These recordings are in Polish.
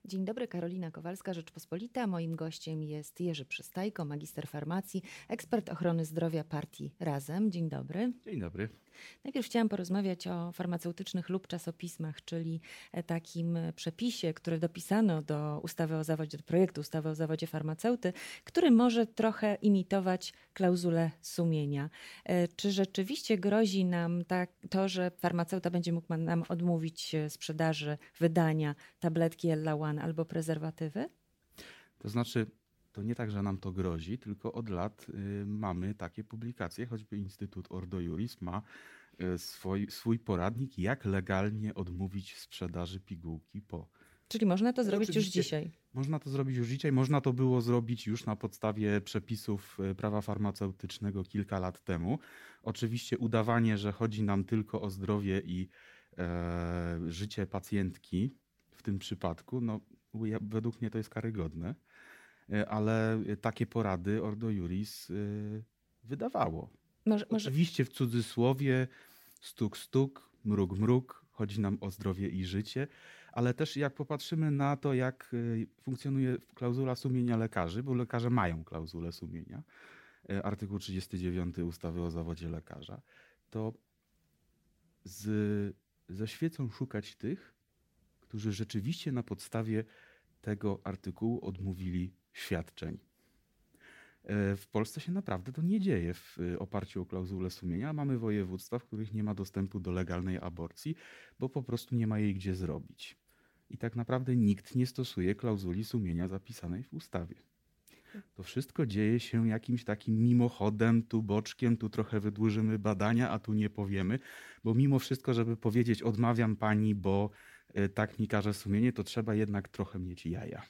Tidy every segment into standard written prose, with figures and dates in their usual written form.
Dzień dobry, Karolina Kowalska, Rzeczpospolita. Moim gościem jest Jerzy Przystajko, magister farmacji, ekspert ochrony zdrowia partii Razem. Dzień dobry. Dzień dobry. Najpierw chciałam porozmawiać o farmaceutycznych lub czasopismach, czyli takim przepisie, który dopisano do ustawy o zawodzie, do projektu ustawy o zawodzie farmaceuty, który może trochę imitować klauzulę sumienia. Czy rzeczywiście grozi nam to, że farmaceuta będzie mógł nam odmówić sprzedaży, wydania tabletki Ellaone albo prezerwatywy? To znaczy, to nie tak, że nam to grozi, tylko od lat mamy takie publikacje, choćby Instytut Ordo Iuris ma swój poradnik, jak legalnie odmówić sprzedaży pigułki po. Czyli można to zrobić już dzisiaj? Można to zrobić już dzisiaj. Można to było zrobić już na podstawie przepisów prawa farmaceutycznego kilka lat temu. Oczywiście udawanie, że chodzi nam tylko o zdrowie i życie pacjentki w tym przypadku, no, według mnie to jest karygodne, ale takie porady Ordo Iuris wydawało. Oczywiście w cudzysłowie, stuk, stuk, mruk, mruk, chodzi nam o zdrowie i życie, ale też jak popatrzymy na to, jak funkcjonuje klauzula sumienia lekarzy, bo lekarze mają klauzulę sumienia, artykuł 39 ustawy o zawodzie lekarza, to ze świecą szukać tych, którzy rzeczywiście na podstawie tego artykułu odmówili świadczeń. W Polsce się naprawdę to nie dzieje w oparciu o klauzulę sumienia. Mamy województwa, w których nie ma dostępu do legalnej aborcji, bo po prostu nie ma jej gdzie zrobić. I tak naprawdę nikt nie stosuje klauzuli sumienia zapisanej w ustawie. To wszystko dzieje się jakimś takim mimochodem, tu boczkiem, tu trochę wydłużymy badania, a tu nie powiemy, bo mimo wszystko, żeby powiedzieć odmawiam pani, bo tak mi każe sumienie, to trzeba jednak trochę mieć jaja.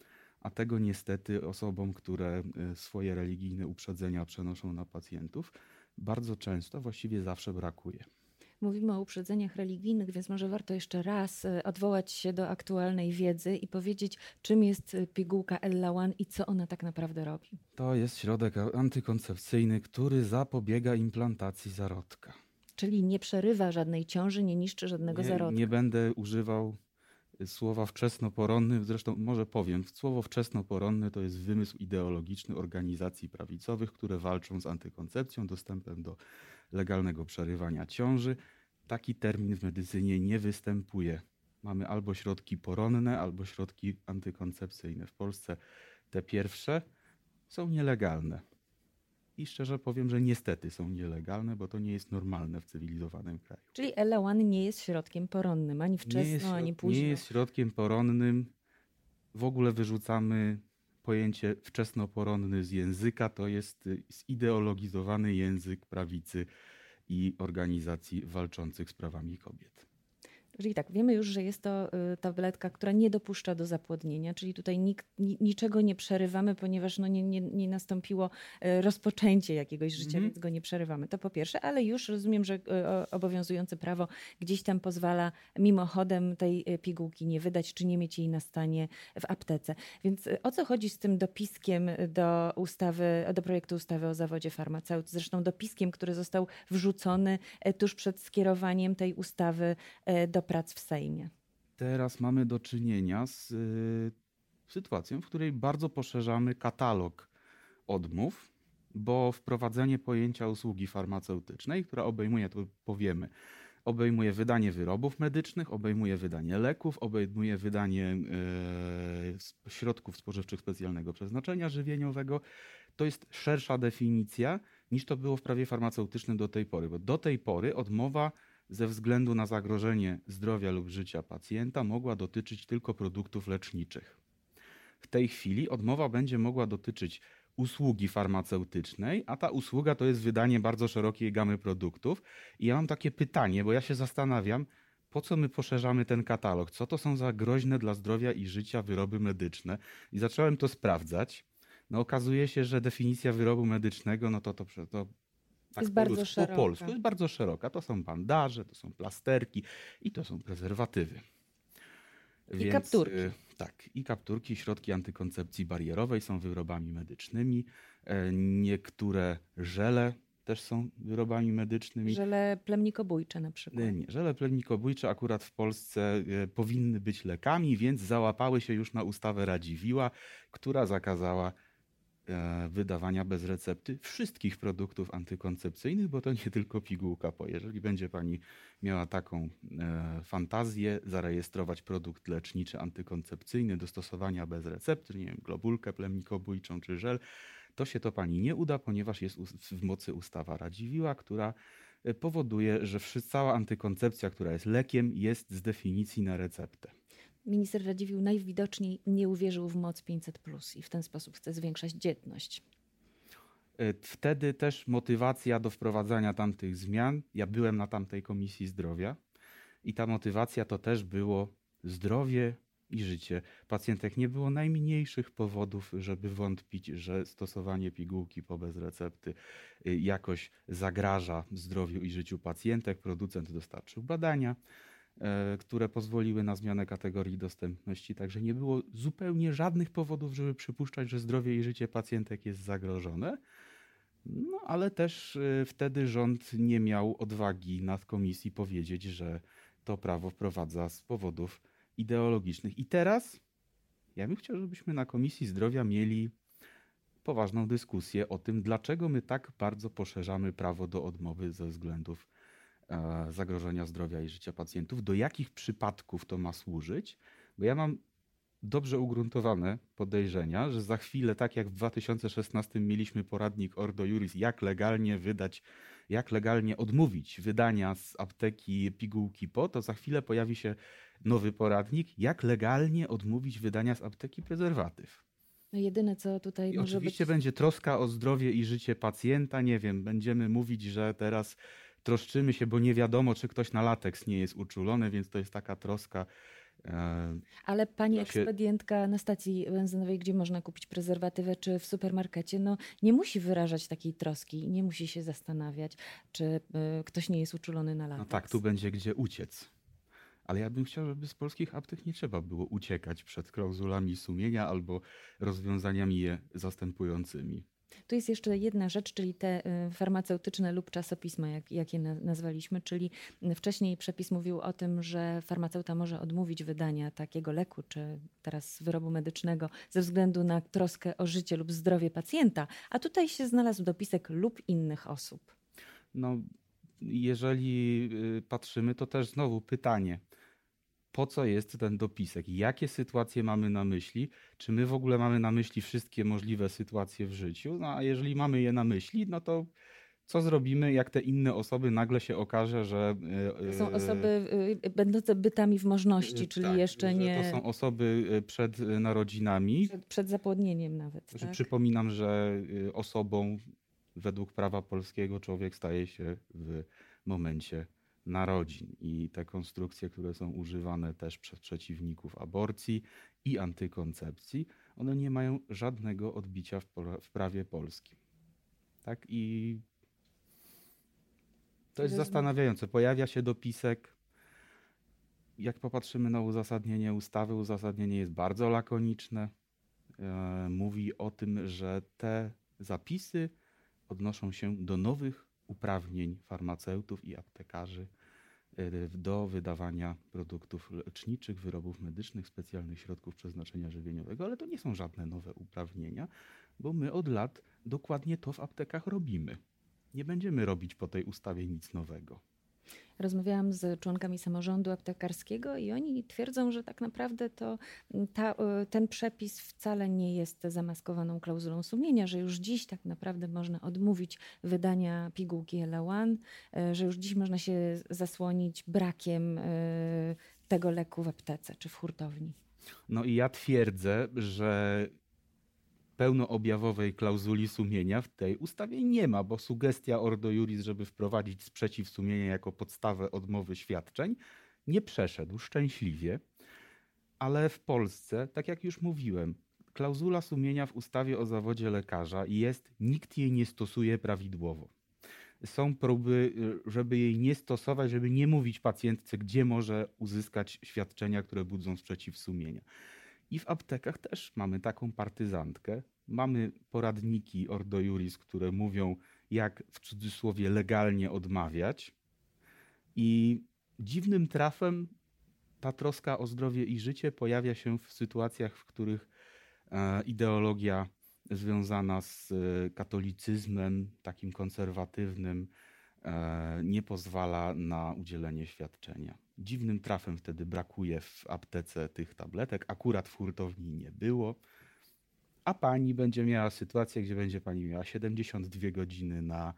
A tego niestety osobom, które swoje religijne uprzedzenia przenoszą na pacjentów, bardzo często, właściwie zawsze brakuje. Mówimy o uprzedzeniach religijnych, więc może warto jeszcze raz odwołać się do aktualnej wiedzy i powiedzieć, czym jest pigułka Ellaone i co ona tak naprawdę robi. To jest środek antykoncepcyjny, który zapobiega implantacji zarodka. Czyli nie przerywa żadnej ciąży, nie niszczy żadnego zarodka. Nie będę używał słowa wczesnoporonny, zresztą może powiem, słowo wczesnoporonny to jest wymysł ideologiczny organizacji prawicowych, które walczą z antykoncepcją, dostępem do legalnego przerywania ciąży. Taki termin w medycynie nie występuje. Mamy albo środki poronne, albo środki antykoncepcyjne. W Polsce te pierwsze są nielegalne. I szczerze powiem, że niestety są nielegalne, bo to nie jest normalne w cywilizowanym kraju. Czyli Ellaone nie jest środkiem poronnym, ani wczesno, ani późno. Nie jest środkiem poronnym. W ogóle wyrzucamy pojęcie wczesnoporonny z języka. To jest zideologizowany język prawicy i organizacji walczących z prawami kobiet. Czyli tak, wiemy już, że jest to tabletka, która nie dopuszcza do zapłodnienia, czyli tutaj niczego nie przerywamy, ponieważ nie nastąpiło rozpoczęcie jakiegoś życia, więc go nie przerywamy. To po pierwsze, ale już rozumiem, że obowiązujące prawo gdzieś tam pozwala mimochodem tej pigułki nie wydać, czy nie mieć jej na stanie w aptece. Więc o co chodzi z tym dopiskiem do projektu ustawy o zawodzie farmaceuty? Zresztą dopiskiem, który został wrzucony tuż przed skierowaniem tej ustawy do prac w Sejmie. Teraz mamy do czynienia z sytuacją, w której bardzo poszerzamy katalog odmów, bo wprowadzenie pojęcia usługi farmaceutycznej, która obejmuje, to powiemy, obejmuje wydanie wyrobów medycznych, obejmuje wydanie leków, obejmuje wydanie środków spożywczych specjalnego przeznaczenia żywieniowego. To jest szersza definicja niż to było w prawie farmaceutycznym do tej pory, bo do tej pory odmowa ze względu na zagrożenie zdrowia lub życia pacjenta mogła dotyczyć tylko produktów leczniczych. W tej chwili odmowa będzie mogła dotyczyć usługi farmaceutycznej, a ta usługa to jest wydanie bardzo szerokiej gamy produktów. I ja mam takie pytanie, bo ja się zastanawiam, po co my poszerzamy ten katalog? Co to są za groźne dla zdrowia i życia wyroby medyczne? I zacząłem to sprawdzać. No okazuje się, że definicja wyrobu medycznego, no to tak jest bardzo szeroka. Po polsku jest bardzo szeroka. To są bandaże, to są plasterki i to są prezerwatywy. I kapturki. Tak, i kapturki, środki antykoncepcji barierowej są wyrobami medycznymi. Niektóre żele też są wyrobami medycznymi. Żele plemnikobójcze na przykład. Nie, żele plemnikobójcze akurat w Polsce powinny być lekami, więc załapały się już na ustawę Radziwiłła, która zakazała wydawania bez recepty wszystkich produktów antykoncepcyjnych, bo to nie tylko pigułka. Jeżeli będzie pani miała taką fantazję, zarejestrować produkt leczniczy antykoncepcyjny do stosowania bez recepty, nie wiem, globulkę plemnikobójczą czy żel, to się to pani nie uda, ponieważ jest w mocy ustawa Radziwiłła, która powoduje, że cała antykoncepcja, która jest lekiem, jest z definicji na receptę. Minister Radziwiłł najwidoczniej nie uwierzył w moc 500+ i w ten sposób chce zwiększać dzietność. Wtedy też motywacja do wprowadzania tamtych zmian, ja byłem na tamtej Komisji Zdrowia i ta motywacja to też było zdrowie i życie pacjentek. Nie było najmniejszych powodów, żeby wątpić, że stosowanie pigułki po bez recepty jakoś zagraża zdrowiu i życiu pacjentek. Producent dostarczył badania, które pozwoliły na zmianę kategorii dostępności. Także nie było zupełnie żadnych powodów, żeby przypuszczać, że zdrowie i życie pacjentek jest zagrożone. No ale też wtedy rząd nie miał odwagi na komisji powiedzieć, że to prawo wprowadza z powodów ideologicznych. I teraz ja bym chciał, żebyśmy na Komisji Zdrowia mieli poważną dyskusję o tym, dlaczego my tak bardzo poszerzamy prawo do odmowy ze względów zagrożenia zdrowia i życia pacjentów, do jakich przypadków to ma służyć, bo ja mam dobrze ugruntowane podejrzenia, że za chwilę, tak jak w 2016 mieliśmy poradnik Ordo Iuris, jak legalnie odmówić wydania z apteki pigułki to za chwilę pojawi się nowy poradnik, jak legalnie odmówić wydania z apteki prezerwatyw. No jedyne, co tutaj I może oczywiście być... będzie troska o zdrowie i życie pacjenta, nie wiem, będziemy mówić, że teraz troszczymy się, bo nie wiadomo, czy ktoś na lateks nie jest uczulony, więc to jest taka troska. Ale pani ekspedientka na stacji benzynowej, gdzie można kupić prezerwatywę, czy w supermarkecie, no nie musi wyrażać takiej troski, nie musi się zastanawiać, czy ktoś nie jest uczulony na lateks. No tak, tu będzie gdzie uciec. Ale ja bym chciał, żeby z polskich aptek nie trzeba było uciekać przed klauzulami sumienia albo rozwiązaniami je zastępującymi. Tu jest jeszcze jedna rzecz, czyli te farmaceutyczne lub czasopisma, jak je nazwaliśmy, czyli wcześniej przepis mówił o tym, że farmaceuta może odmówić wydania takiego leku, czy teraz wyrobu medycznego ze względu na troskę o życie lub zdrowie pacjenta, a tutaj się znalazł dopisek lub innych osób. No, jeżeli patrzymy, to też znowu pytanie. Po co jest ten dopisek? Jakie sytuacje mamy na myśli? Czy my w ogóle mamy na myśli wszystkie możliwe sytuacje w życiu? No a jeżeli mamy je na myśli, no to co zrobimy, jak te inne osoby nagle się okaże, że... Są osoby będące bytami w możności, czyli tak, jeszcze nie... To są osoby przed narodzinami. Przed zapłodnieniem nawet. Tak? Przypominam, że osobą według prawa polskiego człowiek staje się w momencie narodzin i te konstrukcje, które są używane też przez przeciwników aborcji i antykoncepcji, one nie mają żadnego odbicia w prawie polskim. Tak? I to jest zastanawiające. Pojawia się dopisek. Jak popatrzymy na uzasadnienie ustawy, uzasadnienie jest bardzo lakoniczne. Mówi o tym, że te zapisy odnoszą się do nowych uprawnień farmaceutów i aptekarzy do wydawania produktów leczniczych, wyrobów medycznych, specjalnych środków przeznaczenia żywieniowego, ale to nie są żadne nowe uprawnienia, bo my od lat dokładnie to w aptekach robimy. Nie będziemy robić po tej ustawie nic nowego. Rozmawiałam z członkami samorządu aptekarskiego i oni twierdzą, że tak naprawdę to ten przepis wcale nie jest zamaskowaną klauzulą sumienia, że już dziś tak naprawdę można odmówić wydania pigułki Ellaone, że już dziś można się zasłonić brakiem tego leku w aptece czy w hurtowni. No i ja twierdzę, że pełnoobjawowej klauzuli sumienia w tej ustawie nie ma, bo sugestia Ordo Iuris, żeby wprowadzić sprzeciw sumienia jako podstawę odmowy świadczeń, nie przeszedł szczęśliwie, ale w Polsce, tak jak już mówiłem, klauzula sumienia w ustawie o zawodzie lekarza jest, nikt jej nie stosuje prawidłowo. Są próby, żeby jej nie stosować, żeby nie mówić pacjentce, gdzie może uzyskać świadczenia, które budzą sprzeciw sumienia. I w aptekach też mamy taką partyzantkę. Mamy poradniki Ordo Iuris, które mówią, jak w cudzysłowie legalnie odmawiać. I dziwnym trafem ta troska o zdrowie i życie pojawia się w sytuacjach, w których ideologia związana z katolicyzmem, takim konserwatywnym, nie pozwala na udzielenie świadczenia. Dziwnym trafem wtedy brakuje w aptece tych tabletek. Akurat w hurtowni nie było. A pani będzie miała sytuację, gdzie będzie pani miała 72 godziny na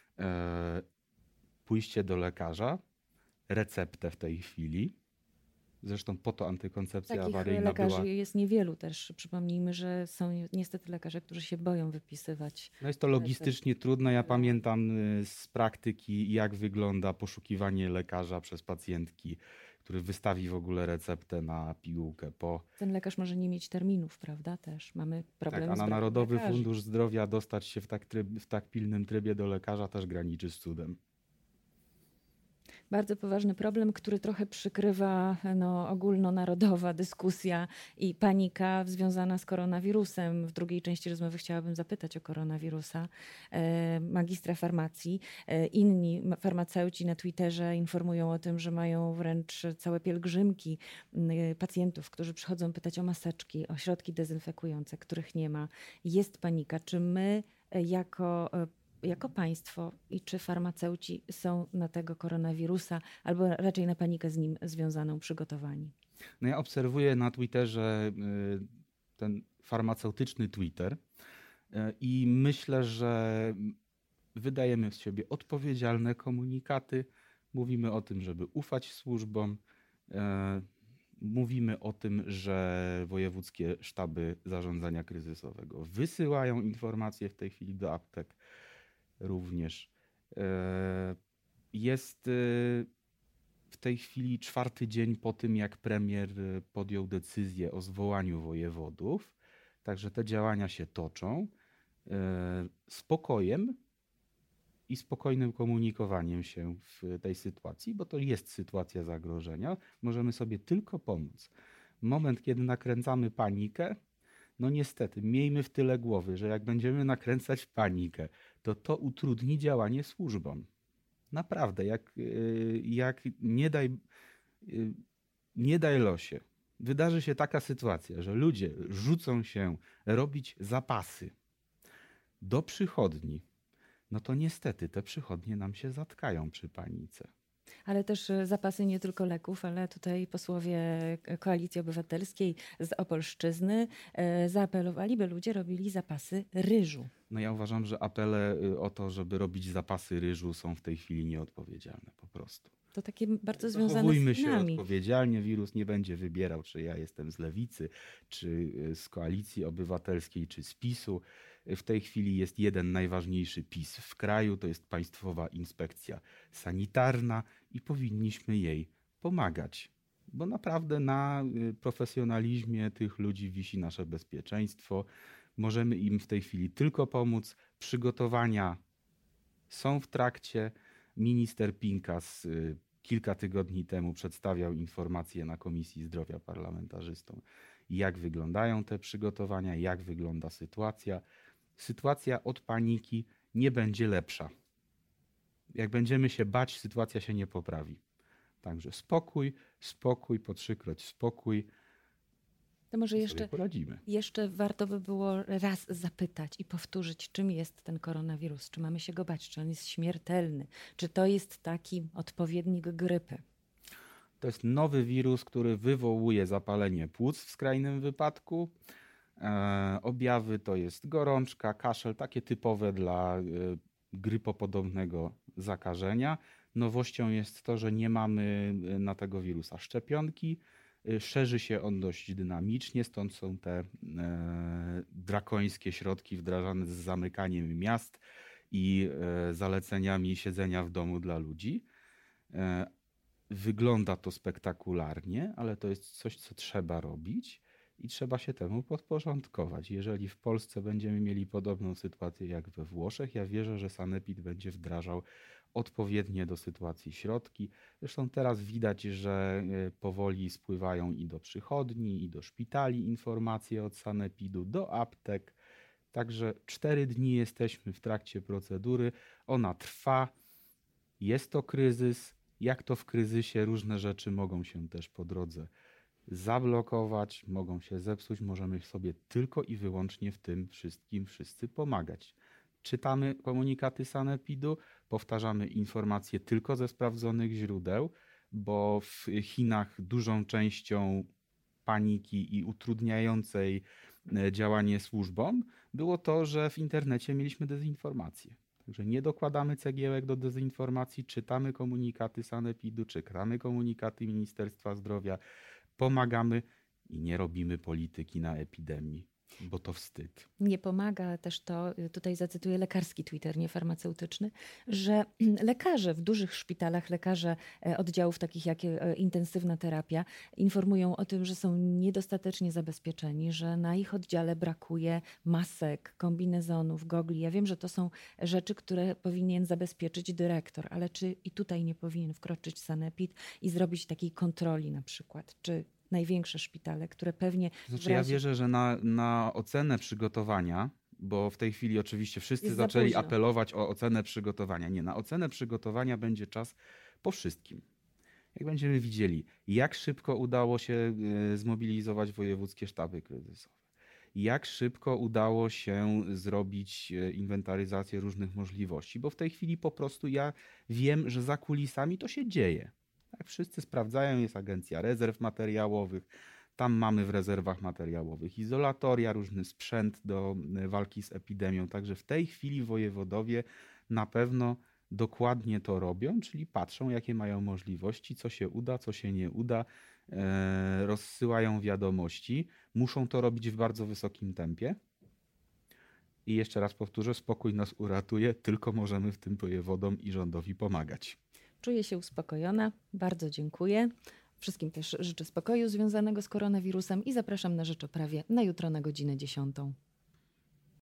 pójście do lekarza, receptę w tej chwili. Zresztą po to antykoncepcja Takich awaryjna lekarzy była. jest niewielu też. Przypomnijmy, że są niestety lekarze, którzy się boją wypisywać. No jest to logistycznie trudne. Ja pamiętam z praktyki, jak wygląda poszukiwanie lekarza przez pacjentki, który wystawi w ogóle receptę na pigułkę po. Ten lekarz może nie mieć terminów, prawda? Też mamy problem Tak, a z na brakiem Narodowy lekarzy. Fundusz Zdrowia dostać się w tak pilnym trybie do lekarza też graniczy z cudem. Bardzo poważny problem, który trochę przykrywa ogólnonarodowa dyskusja i panika związana z koronawirusem. W drugiej części rozmowy chciałabym zapytać o koronawirusa magistra farmacji. Inni farmaceuci na Twitterze informują o tym, że mają wręcz całe pielgrzymki pacjentów, którzy przychodzą pytać o maseczki, o środki dezynfekujące, których nie ma. Jest panika. Czy my jako państwo i czy farmaceuci są na tego koronawirusa albo raczej na panikę z nim związaną przygotowani? No ja obserwuję na Twitterze ten farmaceutyczny Twitter i myślę, że wydajemy z siebie odpowiedzialne komunikaty. Mówimy o tym, żeby ufać służbom. Mówimy o tym, że wojewódzkie sztaby zarządzania kryzysowego wysyłają informacje w tej chwili do aptek również. Jest w tej chwili 4. dzień po tym, jak premier podjął decyzję o zwołaniu wojewodów. Także te działania się toczą. Spokojem i spokojnym komunikowaniem się w tej sytuacji, bo to jest sytuacja zagrożenia. Możemy sobie tylko pomóc. Moment, kiedy nakręcamy panikę, no niestety, miejmy w tyle głowy, że jak będziemy nakręcać panikę, to utrudni działanie służbom. Naprawdę, jak nie daj losie, wydarzy się taka sytuacja, że ludzie rzucą się robić zapasy do przychodni, no to niestety te przychodnie nam się zatkają przy panice. Ale też zapasy nie tylko leków, ale tutaj posłowie Koalicji Obywatelskiej z Opolszczyzny zaapelowali, by ludzie robili zapasy ryżu. No ja uważam, że apele o to, żeby robić zapasy ryżu, są w tej chwili nieodpowiedzialne po prostu. To takie bardzo związane Zachowujmy z się nami. odpowiedzialnie. Wirus nie będzie wybierał, czy ja jestem z Lewicy, czy z Koalicji Obywatelskiej, czy z PiS-u. W tej chwili jest jeden najważniejszy PiS w kraju, to jest Państwowa Inspekcja Sanitarna i powinniśmy jej pomagać. Bo naprawdę na profesjonalizmie tych ludzi wisi nasze bezpieczeństwo. Możemy im w tej chwili tylko pomóc. Przygotowania są w trakcie. Minister Pinkas kilka tygodni temu przedstawiał informacje na Komisji Zdrowia parlamentarzystom, jak wyglądają te przygotowania, jak wygląda sytuacja. Sytuacja od paniki nie będzie lepsza. Jak będziemy się bać, sytuacja się nie poprawi. Także spokój, po 3-kroć spokój. To może poradzimy. jeszcze warto by było raz zapytać i powtórzyć, czym jest ten koronawirus. Czy mamy się go bać? Czy on jest śmiertelny? Czy to jest taki odpowiednik grypy? To jest nowy wirus, który wywołuje zapalenie płuc w skrajnym wypadku. Objawy to jest gorączka, kaszel, takie typowe dla grypopodobnego zakażenia. Nowością jest to, że nie mamy na tego wirusa szczepionki. Szerzy się on dość dynamicznie, stąd są te drakońskie środki wdrażane z zamykaniem miast i zaleceniami siedzenia w domu dla ludzi. Wygląda to spektakularnie, ale to jest coś, co trzeba robić i trzeba się temu podporządkować. Jeżeli w Polsce będziemy mieli podobną sytuację jak we Włoszech, ja wierzę, że sanepid będzie wdrażał odpowiednie do sytuacji środki. Zresztą teraz widać, że powoli spływają i do przychodni, i do szpitali informacje od sanepidu, do aptek. Także 4 dni jesteśmy w trakcie procedury. Ona trwa. Jest to kryzys. Jak to w kryzysie, różne rzeczy mogą się też po drodze zablokować, mogą się zepsuć. Możemy sobie tylko i wyłącznie w tym wszystkim wszyscy pomagać. Czytamy komunikaty sanepidu, powtarzamy informacje tylko ze sprawdzonych źródeł, bo w Chinach dużą częścią paniki i utrudniającej działanie służbom było to, że w internecie mieliśmy dezinformację. Także nie dokładamy cegiełek do dezinformacji, czytamy komunikaty sanepidu, czytamy komunikaty Ministerstwa Zdrowia, pomagamy i nie robimy polityki na epidemii, bo to wstyd. Nie pomaga też to, tutaj zacytuję lekarski Twitter, nie farmaceutyczny, że lekarze w dużych szpitalach, lekarze oddziałów takich jak intensywna terapia informują o tym, że są niedostatecznie zabezpieczeni, że na ich oddziale brakuje masek, kombinezonów, gogli. Ja wiem, że to są rzeczy, które powinien zabezpieczyć dyrektor, ale czy i tutaj nie powinien wkroczyć sanepid i zrobić takiej kontroli na przykład, czy największe szpitale, które pewnie... Znaczy ja wierzę, że na ocenę przygotowania, bo w tej chwili oczywiście wszyscy zaczęli apelować o ocenę przygotowania. Nie, na ocenę przygotowania będzie czas po wszystkim. Jak będziemy widzieli, jak szybko udało się zmobilizować wojewódzkie sztaby kryzysowe, jak szybko udało się zrobić inwentaryzację różnych możliwości, bo w tej chwili po prostu ja wiem, że za kulisami to się dzieje. Tak, wszyscy sprawdzają, jest Agencja Rezerw Materiałowych, tam mamy w rezerwach materiałowych izolatoria, różny sprzęt do walki z epidemią. Także w tej chwili wojewodowie na pewno dokładnie to robią, czyli patrzą, jakie mają możliwości, co się uda, co się nie uda, rozsyłają wiadomości. Muszą to robić w bardzo wysokim tempie. I jeszcze raz powtórzę, spokój nas uratuje, tylko możemy w tym wojewodom i rządowi pomagać. Czuję się uspokojona. Bardzo dziękuję. Wszystkim też życzę spokoju związanego z koronawirusem i zapraszam na Rzeczoprawie na jutro na godzinę 10.